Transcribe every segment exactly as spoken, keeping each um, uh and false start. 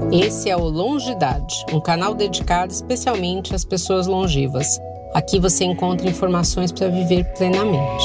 Esse é o Longidade, um canal dedicado especialmente às pessoas longevas. Aqui você encontra informações para viver plenamente.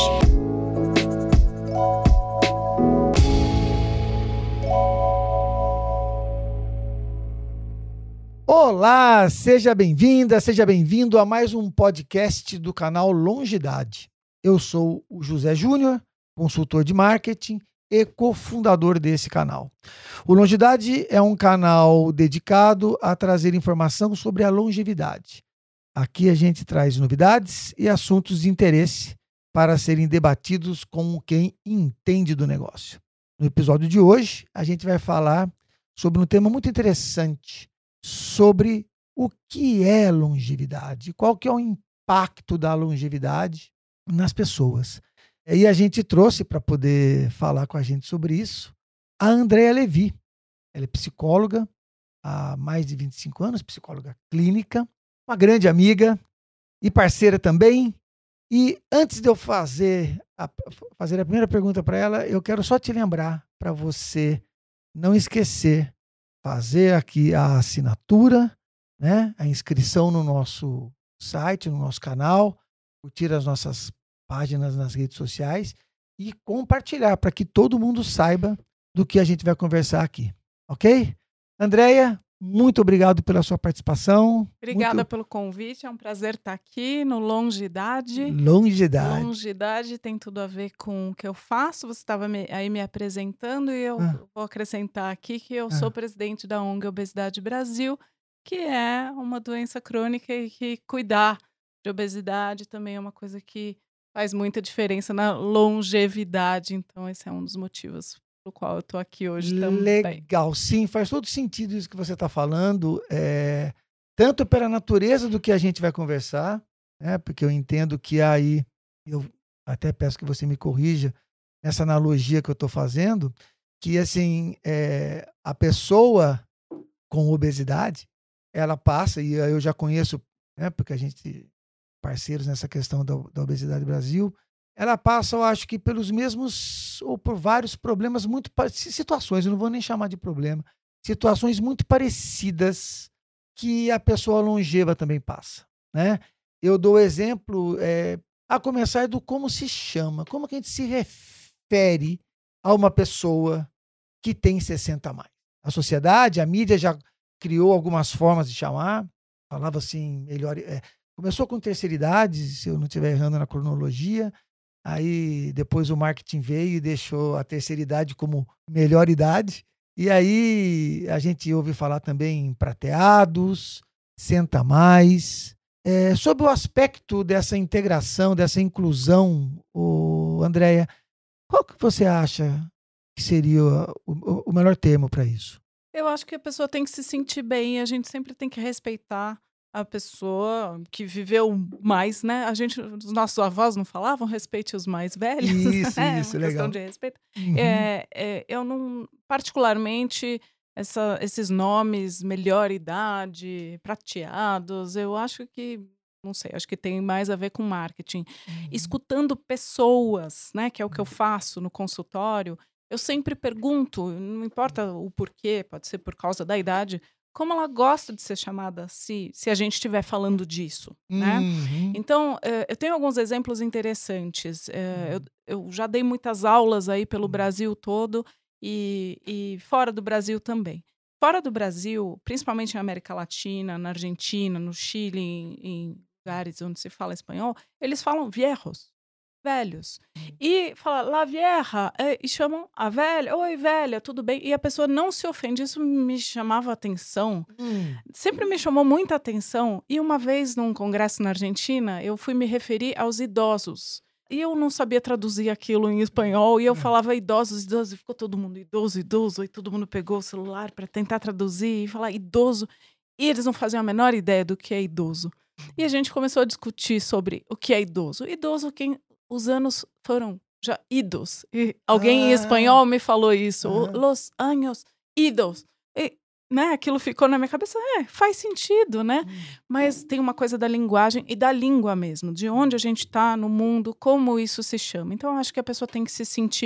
Olá, seja bem-vinda, seja bem-vindo a mais um podcast do canal Longidade. Eu sou o José Júnior, consultor de marketing e cofundador desse canal. O Longidade é um canal dedicado a trazer informação sobre a longevidade. Aqui a gente traz novidades e assuntos de interesse para serem debatidos com quem entende do negócio. No episódio de hoje, a gente vai falar sobre um tema muito interessante, sobre o que é longevidade, qual que é o impacto da longevidade nas pessoas. E a gente trouxe para poder falar com a gente sobre isso a Andréa Levi. Ela é psicóloga há mais de vinte e cinco anos, psicóloga clínica, uma grande amiga e parceira também. E antes de eu fazer a, fazer a primeira pergunta para ela, eu quero só te lembrar para você não esquecer, fazer aqui a assinatura, né, a inscrição no nosso site, no nosso canal, curtir as nossas páginas nas redes sociais e compartilhar para que todo mundo saiba do que a gente vai conversar aqui, ok? Andréa, muito obrigado pela sua participação. Obrigada muito... pelo convite, é um prazer estar aqui no Longidade. Longidade. Longidade tem tudo a ver com o que eu faço, você estava aí me apresentando e eu Ah. vou acrescentar aqui que eu Ah. sou presidente da O N G Obesidade Brasil, que é uma doença crônica e que cuidar de obesidade também é uma coisa que faz muita diferença na longevidade, então esse é um dos motivos pelo qual eu estou aqui hoje também. Legal, sim, faz todo sentido isso que você está falando, é, tanto pela natureza do que a gente vai conversar, né, porque eu entendo que aí, eu até peço que você me corrija nessa analogia que eu estou fazendo, que assim, é, a pessoa com obesidade, ela passa, e eu já conheço, né, porque a gente parceiros nessa questão da, da Obesidade Brasil, ela passa, eu acho que pelos mesmos, ou por vários problemas muito, situações, eu não vou nem chamar de problema, situações muito parecidas que a pessoa longeva também passa, né? Eu dou exemplo, é, a começar do como se chama, como que a gente se refere a uma pessoa que tem sessenta a mais. A sociedade, a mídia já criou algumas formas de chamar, falava assim, melhor... É, começou com terceira idade, se eu não estiver errando na cronologia, aí depois o marketing veio e deixou a terceira idade como melhor idade, e aí a gente ouve falar também em prateados, senta mais. É, sobre o aspecto dessa integração, dessa inclusão, ô, Andréa, qual que você acha que seria o, o melhor termo para isso? Eu acho que a pessoa tem que se sentir bem, a gente sempre tem que respeitar a pessoa que viveu mais, né? A gente, os nossos avós não falavam respeite os mais velhos. Isso, é isso, uma legal. questão de respeito. Uhum. É, é, eu não, particularmente, essa, esses nomes, melhor idade, prateados, eu acho que, não sei, acho que tem mais a ver com marketing. Uhum. Escutando pessoas, né? Que é o que eu faço no consultório, eu sempre pergunto, não importa o porquê, pode ser por causa da idade, como ela gosta de ser chamada se, se a gente estiver falando disso, né? Uhum. Então, eh, eu tenho alguns exemplos interessantes. Eh, eu, eu já dei muitas aulas aí pelo Brasil todo e, e fora do Brasil também. Fora do Brasil, principalmente em América Latina, na Argentina, no Chile, em, em lugares onde se fala espanhol, eles falam viejos, velhos. E fala, la vieja, e chamam a velha, oi velha, tudo bem? E a pessoa não se ofende, isso me chamava atenção, hum. sempre me chamou muita atenção. E uma vez, num congresso na Argentina, eu fui me referir aos idosos. E eu não sabia traduzir aquilo em espanhol, e eu falava idosos, idosos, e ficou todo mundo idoso, idoso, e todo mundo pegou o celular para tentar traduzir e falar idoso. E eles não faziam a menor ideia do que é idoso. E a gente começou a discutir sobre o que é idoso. Idoso, quem... Os anos foram já idos. E alguém ah, em espanhol me falou isso. Ah. Los años idos. E, né, aquilo ficou na minha cabeça. É, faz sentido, né? Hum. Mas tem uma coisa da linguagem e da língua mesmo. De onde a gente está no mundo, como isso se chama. Então, eu acho que a pessoa tem que se sentir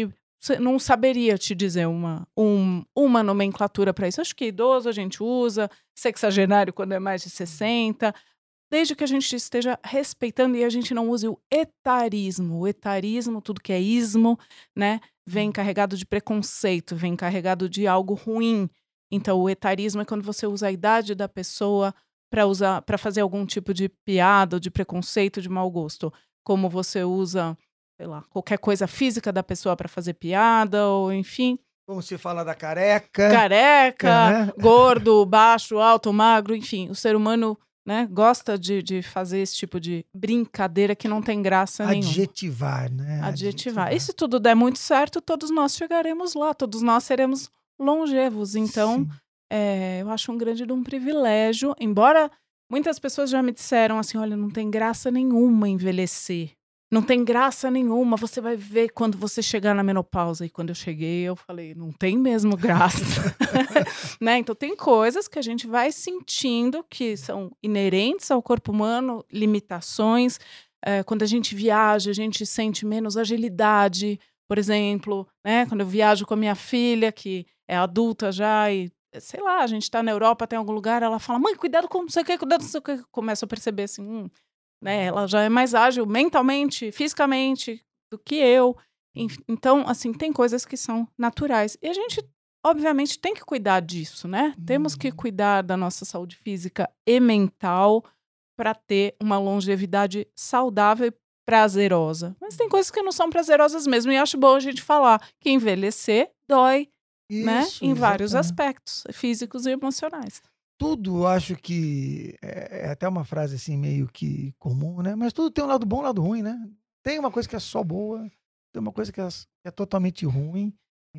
não saberia te dizer uma, um, uma nomenclatura para isso. Acho que idoso a gente usa, sexagenário quando é mais de sessenta, desde que a gente esteja respeitando e a gente não use o etarismo. O etarismo, tudo que é ismo, né, vem carregado de preconceito, vem carregado de algo ruim. Então, o etarismo é quando você usa a idade da pessoa para usar, para fazer algum tipo de piada, ou de preconceito, de mau gosto. Como você usa, sei lá, qualquer coisa física da pessoa para fazer piada, ou enfim. Como se fala da careca. Careca, né? gordo, baixo, alto, magro, enfim. O ser humano, né, gosta de, de fazer esse tipo de brincadeira que não tem graça nenhuma. Adjetivar, né? Adjetivar. Adjetivar. E se tudo der muito certo, todos nós chegaremos lá, todos nós seremos longevos. Então, é, eu acho um grande de um privilégio, embora muitas pessoas já me disseram assim, olha, não tem graça nenhuma envelhecer. Não tem graça nenhuma, você vai ver quando você chegar na menopausa. E quando eu cheguei, eu falei, não tem mesmo graça. né? Então, tem coisas que a gente vai sentindo que são inerentes ao corpo humano, limitações. É, quando a gente viaja, a gente sente menos agilidade, por exemplo. Né? Quando eu viajo com a minha filha, que é adulta já, e sei lá, a gente está na Europa, tem algum lugar, ela fala, mãe, cuidado com não sei o que, cuidado com não sei o que. Começa a perceber assim, hum, né, ela já é mais ágil mentalmente, fisicamente do que eu. Então, assim, tem coisas que são naturais. E a gente, obviamente, tem que cuidar disso, né? Hum. Temos que cuidar da nossa saúde física e mental para ter uma longevidade saudável e prazerosa. Mas tem coisas que não são prazerosas mesmo. E acho bom a gente falar que envelhecer dói, Isso, né? Em vários exatamente. aspectos, físicos e emocionais. Tudo, eu acho que é, é até uma frase assim meio que comum, né? Mas tudo tem um lado bom e um lado ruim, né? Tem uma coisa que é só boa, tem uma coisa que é, que é totalmente ruim.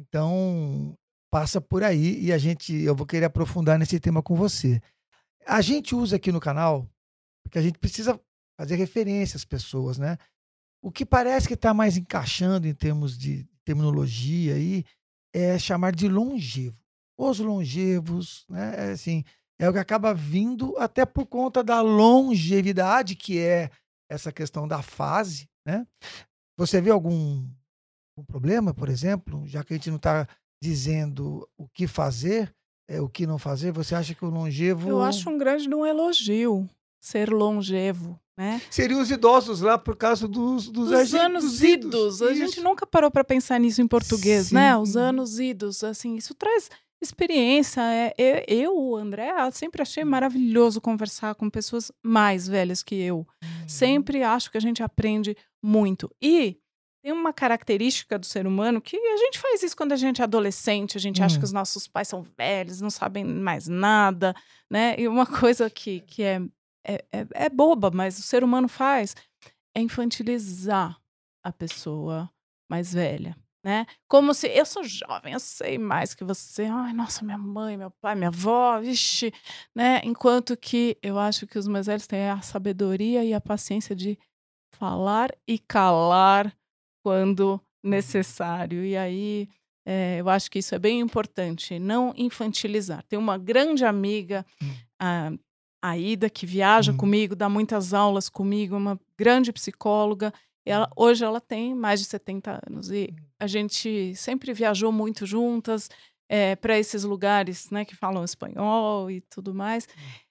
Então, passa por aí e a gente, eu vou querer aprofundar nesse tema com você. A gente usa aqui no canal, porque a gente precisa fazer referência às pessoas, né? O que parece que está mais encaixando em termos de terminologia aí é chamar de longevo. Os longevos, né? É assim, é o que acaba vindo até por conta da longevidade, que é essa questão da fase, né? Você vê algum, algum problema, por exemplo, já que a gente não está dizendo o que fazer, é, o que não fazer, você acha que o longevo... Eu acho um grande um elogio ser longevo, né? Seriam os idosos lá por causa dos, dos, Os anos dos idos. A Isso. gente nunca parou para pensar nisso em português, Sim. né? Os anos idos, assim, isso traz experiência. É, eu, eu, André, sempre achei maravilhoso conversar com pessoas mais velhas que eu. Uhum. Sempre acho que a gente aprende muito. E tem uma característica do ser humano que a gente faz isso quando a gente é adolescente, a gente Uhum. acha que os nossos pais são velhos, não sabem mais nada, né? E uma coisa que, que é, é, é, é boba, mas o ser humano faz, é infantilizar a pessoa mais velha. Né? Como se eu sou jovem, eu sei mais que você. Ai, nossa, minha mãe, meu pai, minha avó, ixi, né? Enquanto que eu acho que os mais velhos têm a sabedoria e a paciência de falar e calar quando necessário. E aí é, eu acho que isso é bem importante, não infantilizar. Tem uma grande amiga, a, a Ida, que viaja hum. comigo, dá muitas aulas comigo, uma grande psicóloga. Ela, hoje ela tem mais de setenta anos e a gente sempre viajou muito juntas é, para esses lugares, né, que falam espanhol e tudo mais.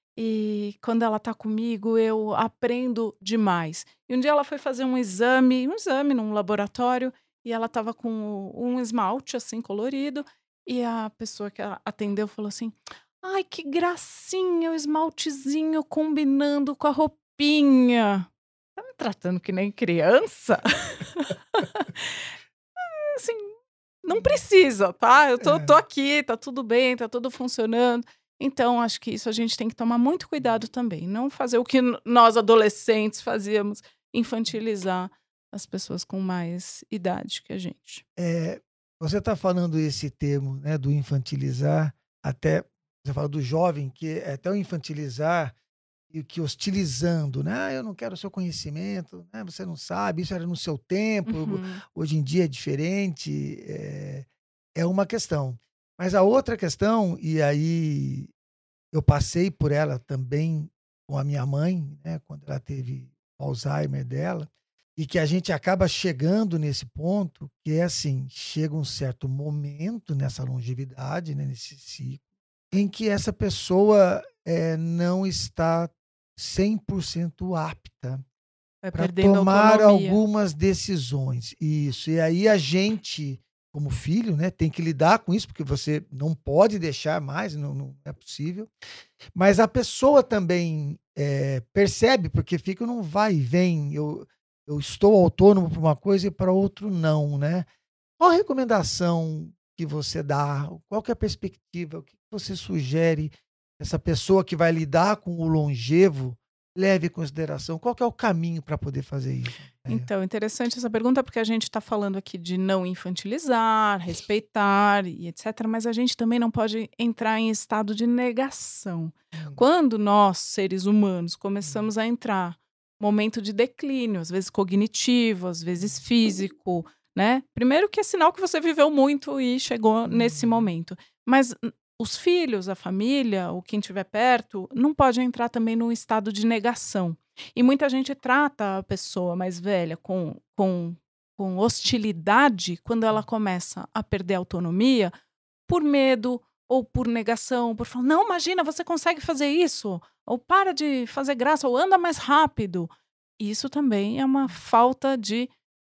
E quando ela está comigo, eu aprendo demais. E um dia ela foi fazer um exame, um exame num laboratório, e ela estava com um esmalte assim colorido, e a pessoa que atendeu falou assim: ai, que gracinha, o esmaltezinho combinando com a roupinha. Tá me tratando que nem criança? Assim, não precisa, tá? Eu tô, tô aqui, tá tudo bem, tá tudo funcionando. Então, acho que isso a gente tem que tomar muito cuidado também. Não fazer o que nós, adolescentes, fazíamos, infantilizar as pessoas com mais idade que a gente. É, você está falando esse termo, né, do infantilizar, até você fala do jovem, que é até o infantilizar e que hostilizando, né? Ah, eu não quero o seu conhecimento, né? Você não sabe, isso era no seu tempo, Uhum. hoje em dia é diferente, é, é uma questão. Mas a outra questão, e aí eu passei por ela também com a minha mãe, né? Quando ela teve Alzheimer dela, e que a gente acaba chegando nesse ponto, que é assim, chega um certo momento nessa longevidade, né, nesse ciclo, em que essa pessoa é, não está cem por cento apta para tomar algumas decisões. Isso. E aí a gente, como filho, né, tem que lidar com isso, porque você não pode deixar mais, não, não é possível. Mas a pessoa também é, percebe, porque fica num vai e vem. Eu, eu estou autônomo para uma coisa e para outro não, né? Qual a recomendação que você dá? Qual que é a perspectiva? O que você sugere essa pessoa que vai lidar com o longevo leve em consideração? Qual que é o caminho para poder fazer isso? Então, interessante essa pergunta, porque a gente está falando aqui de não infantilizar, respeitar e etcétera, mas a gente também não pode entrar em estado de negação. Hum. Quando nós, seres humanos, começamos hum. a entrar em momento de declínio, às vezes cognitivo, às vezes físico, né? Primeiro que é sinal que você viveu muito e chegou hum. nesse momento. Mas os filhos, a família, ou quem estiver perto, não pode entrar também num estado de negação. E muita gente trata a pessoa mais velha com, com, com hostilidade quando ela começa a perder a autonomia por medo ou por negação, por falar, não, imagina, você consegue fazer isso, ou para de fazer graça, ou anda mais rápido. Isso também é uma falta de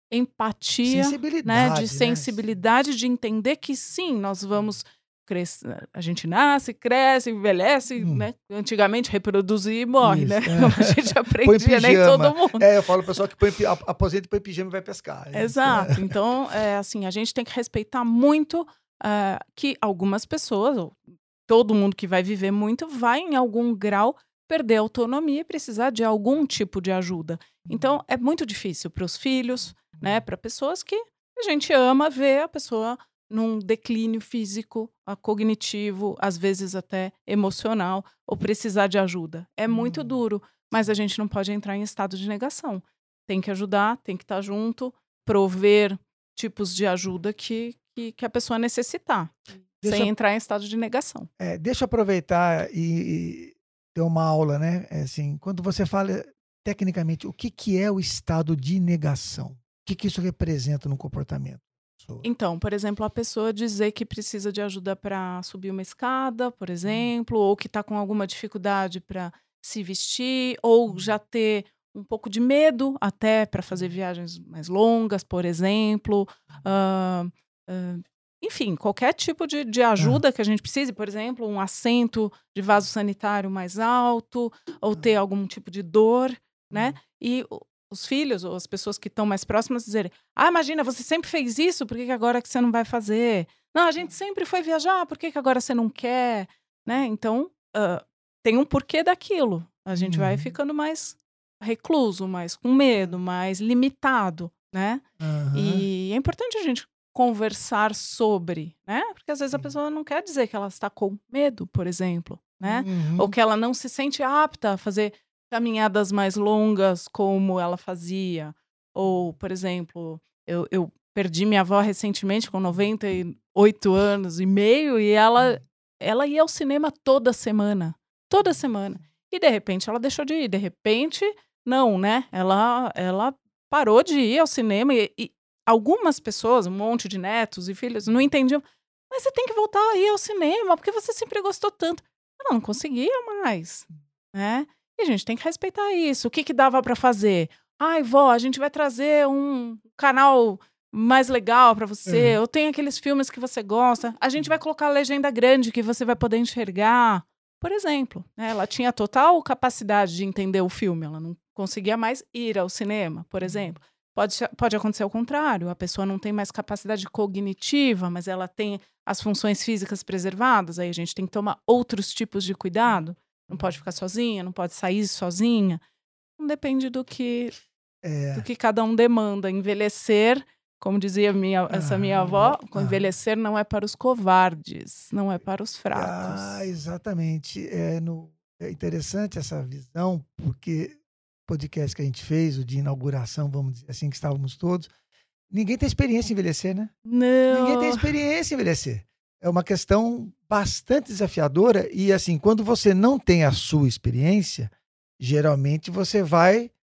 empatia, né, de sensibilidade, né? De entender que sim, nós vamos... Cresce, a gente nasce, cresce, envelhece, hum. né? Antigamente reproduzir e morre, isso, né? É. A gente aprendia, nem todo mundo. É, eu falo pro pessoal que põe, aposenta e põe pijama e vai pescar. É exato. É. Então, é, assim, a gente tem que respeitar muito uh, que algumas pessoas, ou todo mundo que vai viver muito, vai em algum grau perder a autonomia e precisar de algum tipo de ajuda. Então, é muito difícil para os filhos, né? Para pessoas que a gente ama ver a pessoa num declínio físico, cognitivo, às vezes até emocional, ou precisar de ajuda. É muito hum. duro, mas a gente não pode entrar em estado de negação. Tem que ajudar, tem que estar junto, prover tipos de ajuda que, que, que a pessoa necessitar, deixa sem entrar em estado de negação. É, deixa eu aproveitar e, e ter uma aula, né? É assim, quando você fala tecnicamente, o que, que é o estado de negação? O que, que isso representa no comportamento? Então, por exemplo, a pessoa dizer que precisa de ajuda para subir uma escada, por exemplo, ou que está com alguma dificuldade para se vestir, ou já ter um pouco de medo até para fazer viagens mais longas, por exemplo. Uh, uh, enfim, qualquer tipo de, de ajuda que a gente precise, por exemplo, um assento de vaso sanitário mais alto, ou ter algum tipo de dor, né? E os filhos ou as pessoas que estão mais próximas dizerem, ah, imagina, você sempre fez isso, por que, que agora que você não vai fazer? Não, a gente sempre foi viajar, por que, que agora você não quer? Né? Então, uh, tem um porquê daquilo. A gente uhum. vai ficando mais recluso, mais com medo, mais limitado, né? Uhum. E é importante a gente conversar sobre, né? Porque às vezes a pessoa não quer dizer que ela está com medo, por exemplo, né? Uhum. Ou que ela não se sente apta a fazer caminhadas mais longas como ela fazia. Ou, por exemplo, eu, eu perdi minha avó recentemente com noventa e oito anos e meio e ela, ela ia ao cinema toda semana. Toda semana. E, de repente, ela deixou de ir. De repente, não, né? Ela, ela parou de ir ao cinema e, e algumas pessoas, um monte de netos e filhos, não entendiam. Mas você tem que voltar a ir ao cinema, porque você sempre gostou tanto. Ela não conseguia mais, né? E a gente tem que respeitar isso. O que, que dava para fazer? Ai, vó, a gente vai trazer um canal mais legal para você. Uhum. Ou tem aqueles filmes que você gosta. A gente vai colocar a legenda grande que você vai poder enxergar. Por exemplo, né? Ela tinha total capacidade de entender o filme. Ela não conseguia mais ir ao cinema, por exemplo. Pode, pode acontecer ao contrário. A pessoa não tem mais capacidade cognitiva, mas ela tem as funções físicas preservadas. Aí a gente tem que tomar outros tipos de cuidado. Não pode ficar sozinha, não pode sair sozinha. Não depende do que, é. do que cada um demanda. Envelhecer, como dizia minha, essa minha avó, ah, envelhecer não é para os covardes, não é para os fracos. Ah, exatamente. É, no, é interessante essa visão, porque o podcast que a gente fez, o de inauguração, vamos dizer assim, que estávamos todos, ninguém tem experiência em envelhecer, né? Não. Ninguém tem experiência em envelhecer. É uma questão bastante desafiadora e, assim, quando você não tem a sua experiência, geralmente você vai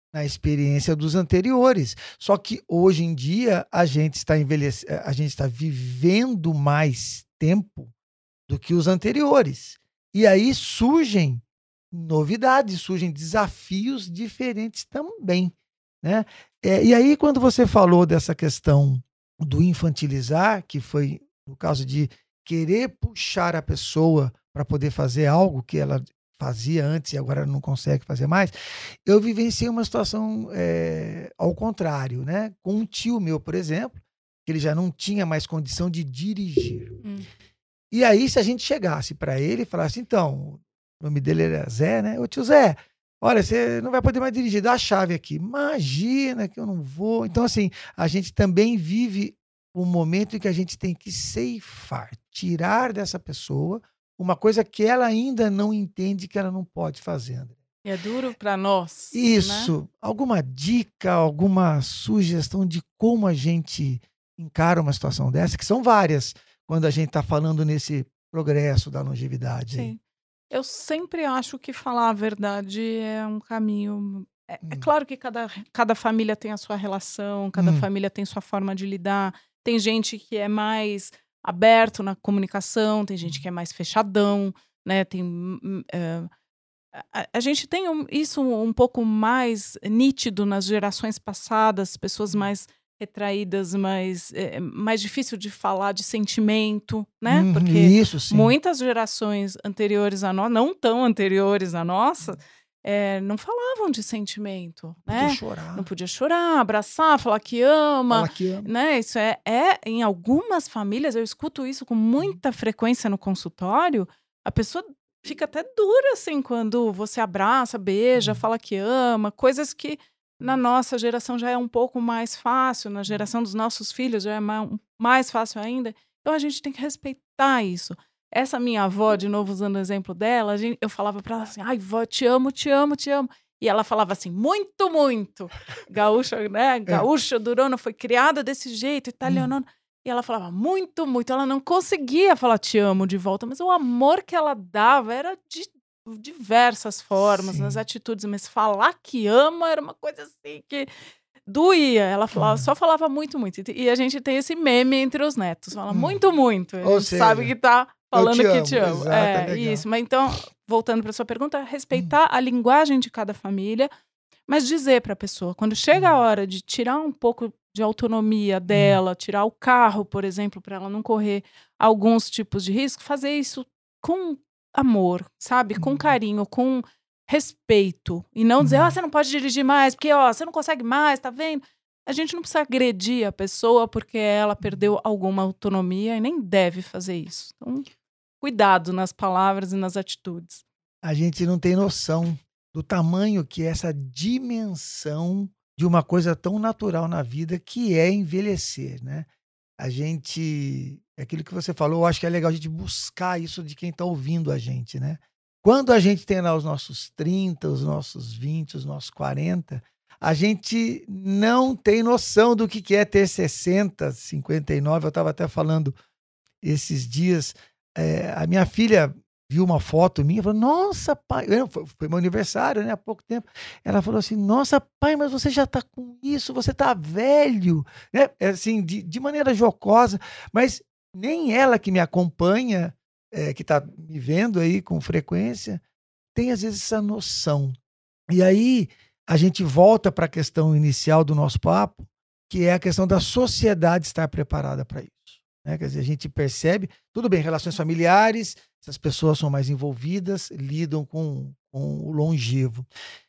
na experiência dos anteriores. Só que hoje em dia a gente está envelhecendo, a gente está vivendo mais tempo do que os anteriores. E aí surgem novidades, surgem desafios diferentes também, né? É, e aí, quando você falou dessa questão do infantilizar, que foi no caso de querer puxar a pessoa para poder fazer algo que ela fazia antes e agora não consegue fazer mais, eu vivenciei uma situação é, ao contrário, né? Com um tio meu, por exemplo, que ele já não tinha mais condição de dirigir. Hum. E aí, se a gente chegasse para ele e falasse, então, o nome dele era Zé, né? Ô tio Zé, olha, você não vai poder mais dirigir, dá a chave aqui. Imagina que eu não vou. Então, assim, a gente também vive um momento em que a gente tem que ceifar, tirar dessa pessoa uma coisa que ela ainda não entende que ela não pode fazer, André. É duro para nós. Isso. Né? Alguma dica, alguma sugestão de como a gente encara uma situação dessa, que são várias, quando a gente está falando nesse progresso da longevidade. Sim. Aí. Eu sempre acho que falar a verdade é um caminho. É, hum. é claro que cada, cada família tem a sua relação, cada hum. família tem sua forma de lidar. Tem gente que é mais aberto na comunicação, tem gente que é mais fechadão, né? Tem, uh, a, a gente tem um, isso um pouco mais nítido nas gerações passadas, pessoas mais retraídas, mais, é, mais difícil de falar de sentimento, né? Uhum, porque isso, sim. muitas gerações anteriores a nós, não tão anteriores à nossa, é, não falavam de sentimento, não né? Podia chorar. Não podia chorar, abraçar, falar que ama, falar que ama. Né? Isso é, é, em algumas famílias, eu escuto isso com muita frequência no consultório, a pessoa fica até dura, assim, quando você abraça, beija, uhum. fala que ama, coisas que na nossa geração já é um pouco mais fácil, na geração dos nossos filhos já é mais fácil ainda. Então, a gente tem que respeitar isso. Essa minha avó, de novo usando o exemplo dela, a gente, eu falava para ela assim, ai, vó, te amo, te amo, te amo. E ela falava assim, muito, muito. Gaúcha, né? Gaúcha, durona, foi criada desse jeito, italianona. Hum. E ela falava muito, muito. Ela não conseguia falar te amo de volta, mas o amor que ela dava era de diversas formas, Sim. nas atitudes, mas falar que ama era uma coisa assim que doía. Ela falava, uhum. só falava muito, muito. E a gente tem esse meme entre os netos, fala uhum. muito, muito. A gente Ou seja, sabe que tá falando te que amo. te amo. Exato, é, é isso. Mas então, voltando para sua pergunta, respeitar uhum. a linguagem de cada família, mas dizer para a pessoa, quando chega a hora de tirar um pouco de autonomia dela, uhum. tirar o carro, por exemplo, para ela não correr alguns tipos de risco, fazer isso com amor, sabe? Com carinho, com respeito. E não dizer, ó, oh, você não pode dirigir mais, porque, ó, você não consegue mais, tá vendo? A gente não precisa agredir a pessoa porque ela perdeu alguma autonomia e nem deve fazer isso. Então, cuidado nas palavras e nas atitudes. A gente não tem noção do tamanho que é essa dimensão de uma coisa tão natural na vida que é envelhecer, né? A gente... Aquilo que você falou, eu acho que é legal a gente buscar isso de quem está ouvindo a gente, né? Quando a gente tem lá os nossos trinta, os nossos vinte, os nossos quarenta, a gente não tem noção do que é ter sessenta, cinquenta e nove. Eu estava até falando esses dias, é, a minha filha viu uma foto minha e falou, nossa, pai, foi meu aniversário, né, há pouco tempo. Ela falou assim, nossa, pai, mas você já está com isso, você está velho, né? Assim, de, de maneira jocosa, mas nem ela que me acompanha, é, que está me vendo aí com frequência, tem às vezes essa noção. E aí a gente volta para a questão inicial do nosso papo, que é a questão da sociedade estar preparada para isso. Né? Quer dizer, a gente percebe, tudo bem, relações familiares, essas pessoas são mais envolvidas, lidam com, com o longevo.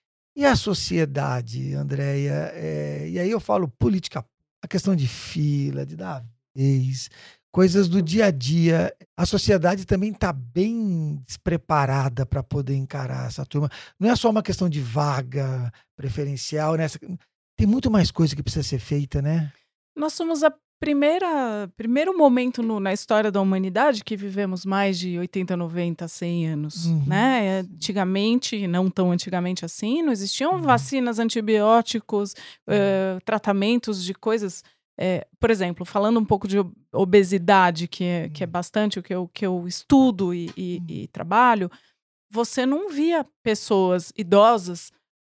E a sociedade, Andréia, é, e aí eu falo política, a questão de fila, de dar vez, coisas do dia a dia. A sociedade também está bem despreparada para poder encarar essa turma. Não é só uma questão de vaga preferencial, né? Tem muito mais coisa que precisa ser feita, né? Nós somos a primeira primeiro momento no, na história da humanidade que vivemos mais de oitenta, noventa, cem anos. Uhum. Né? Antigamente, não tão antigamente assim, não existiam uhum. vacinas, antibióticos, uhum. uh, tratamentos de coisas... É, por exemplo, falando um pouco de obesidade, que é, que é bastante o que eu, que eu estudo e, e, e trabalho, você não via pessoas idosas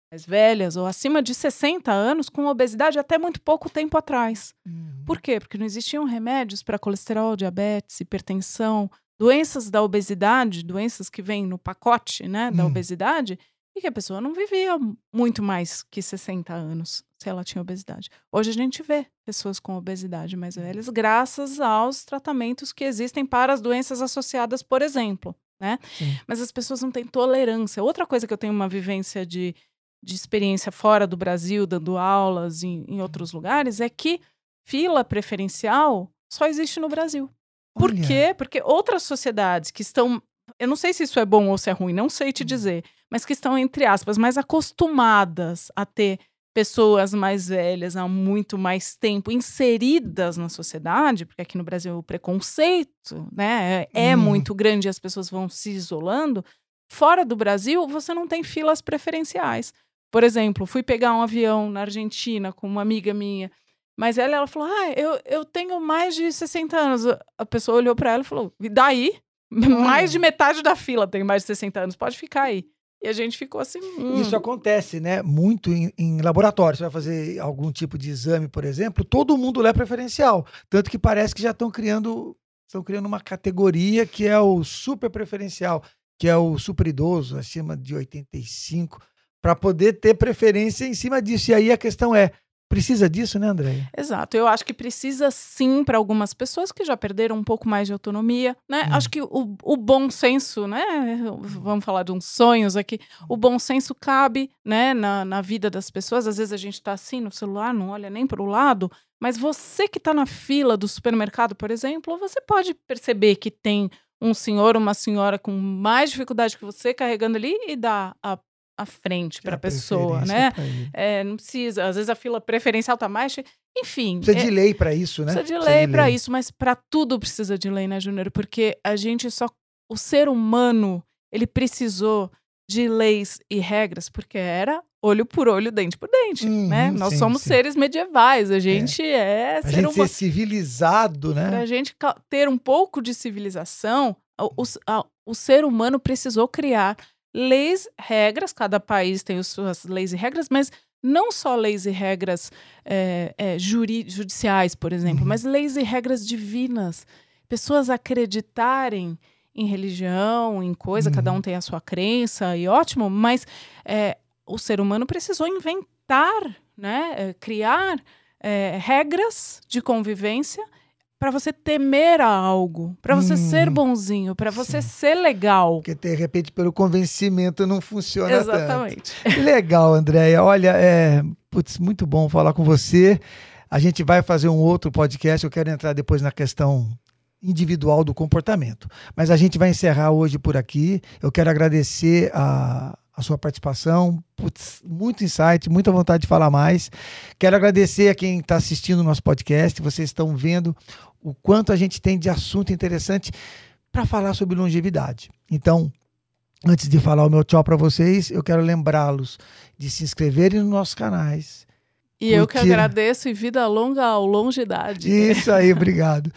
mais velhas ou acima de sessenta anos com obesidade até muito pouco tempo atrás. Uhum. Por quê? Porque não existiam remédios para colesterol, diabetes, hipertensão, doenças da obesidade, doenças que vêm no pacote, né, da Hum. obesidade, e que a pessoa não vivia muito mais que sessenta anos se ela tinha obesidade. Hoje a gente vê pessoas com obesidade mais velhas graças aos tratamentos que existem para as doenças associadas, por exemplo, né? Sim. Mas as pessoas não têm tolerância. Outra coisa que eu tenho uma vivência de, de experiência fora do Brasil, dando aulas em, em outros lugares, é que fila preferencial só existe no Brasil. Por Olha. quê? Porque outras sociedades que estão... Eu não sei se isso é bom ou se é ruim, não sei te dizer, mas que estão, entre aspas, mais acostumadas a ter pessoas mais velhas há muito mais tempo inseridas na sociedade, porque aqui no Brasil o preconceito, né, é, é Hum. muito grande e as pessoas vão se isolando. Fora do Brasil, você não tem filas preferenciais. Por exemplo, fui pegar um avião na Argentina com uma amiga minha, mas ela, ela falou, ah, eu, eu tenho mais de sessenta anos. A pessoa olhou para ela e falou, e daí? Mais de metade da fila tem mais de sessenta anos, pode ficar aí. E a gente ficou assim... Hum. Isso acontece, né? Muito em, em laboratório. Você vai fazer algum tipo de exame, por exemplo, todo mundo lê preferencial. Tanto que parece que já estão criando, estão criando uma categoria que é o super preferencial, que é o super idoso, acima de oitenta e cinco, para poder ter preferência em cima disso. E aí a questão é, precisa disso, né, Andréia? Exato, eu acho que precisa sim para algumas pessoas que já perderam um pouco mais de autonomia, né? Hum. Acho que o, o bom senso, né? Vamos falar de uns sonhos aqui. O bom senso cabe, né, na, na vida das pessoas. Às vezes a gente está assim no celular, não olha nem para o lado, mas você que está na fila do supermercado, por exemplo, você pode perceber que tem um senhor ou uma senhora com mais dificuldade que você carregando ali e dá a à frente para a pessoa, né? É, não precisa, às vezes a fila preferencial tá mais cheia. Enfim. Precisa é, de lei para isso, né? Precisa de lei para isso, mas para tudo precisa de lei, né, Júnior? Porque a gente só. O ser humano, ele precisou de leis e regras, porque era olho por olho, dente por dente, Uhum, né? Nós sim, somos sim. seres medievais, a gente é, é a ser gente humano. ser civilizado, né? Para a gente ter um pouco de civilização, o, o, a, o ser humano precisou criar leis, regras, cada país tem as suas leis e regras, mas não só leis e regras é, é, juri, judiciais, por exemplo, uhum. mas leis e regras divinas. Pessoas acreditarem em religião, em coisa, uhum. cada um tem a sua crença, e ótimo, mas é, o ser humano precisou inventar, né, é, criar é, regras de convivência para você temer a algo, para você hum, ser bonzinho, para você sim. ser legal. Porque, de repente, pelo convencimento não funciona Exatamente. tanto. Que legal, Andréia. Olha, é putz, muito bom falar com você. A gente vai fazer um outro podcast, eu quero entrar depois na questão individual do comportamento. Mas a gente vai encerrar hoje por aqui. Eu quero agradecer a... a sua participação, putz, muito insight, muita vontade de falar mais. Quero agradecer a quem está assistindo o nosso podcast. Vocês estão vendo o quanto a gente tem de assunto interessante para falar sobre longevidade. Então, antes de falar o meu tchau para vocês, eu quero lembrá-los de se inscreverem nos nossos canais. E curtir. Eu que agradeço, e vida longa ao longidade. Isso aí, obrigado.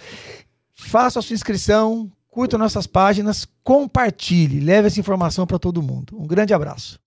Faça a sua inscrição, curta nossas páginas, compartilhe, leve essa informação para todo mundo. Um grande abraço.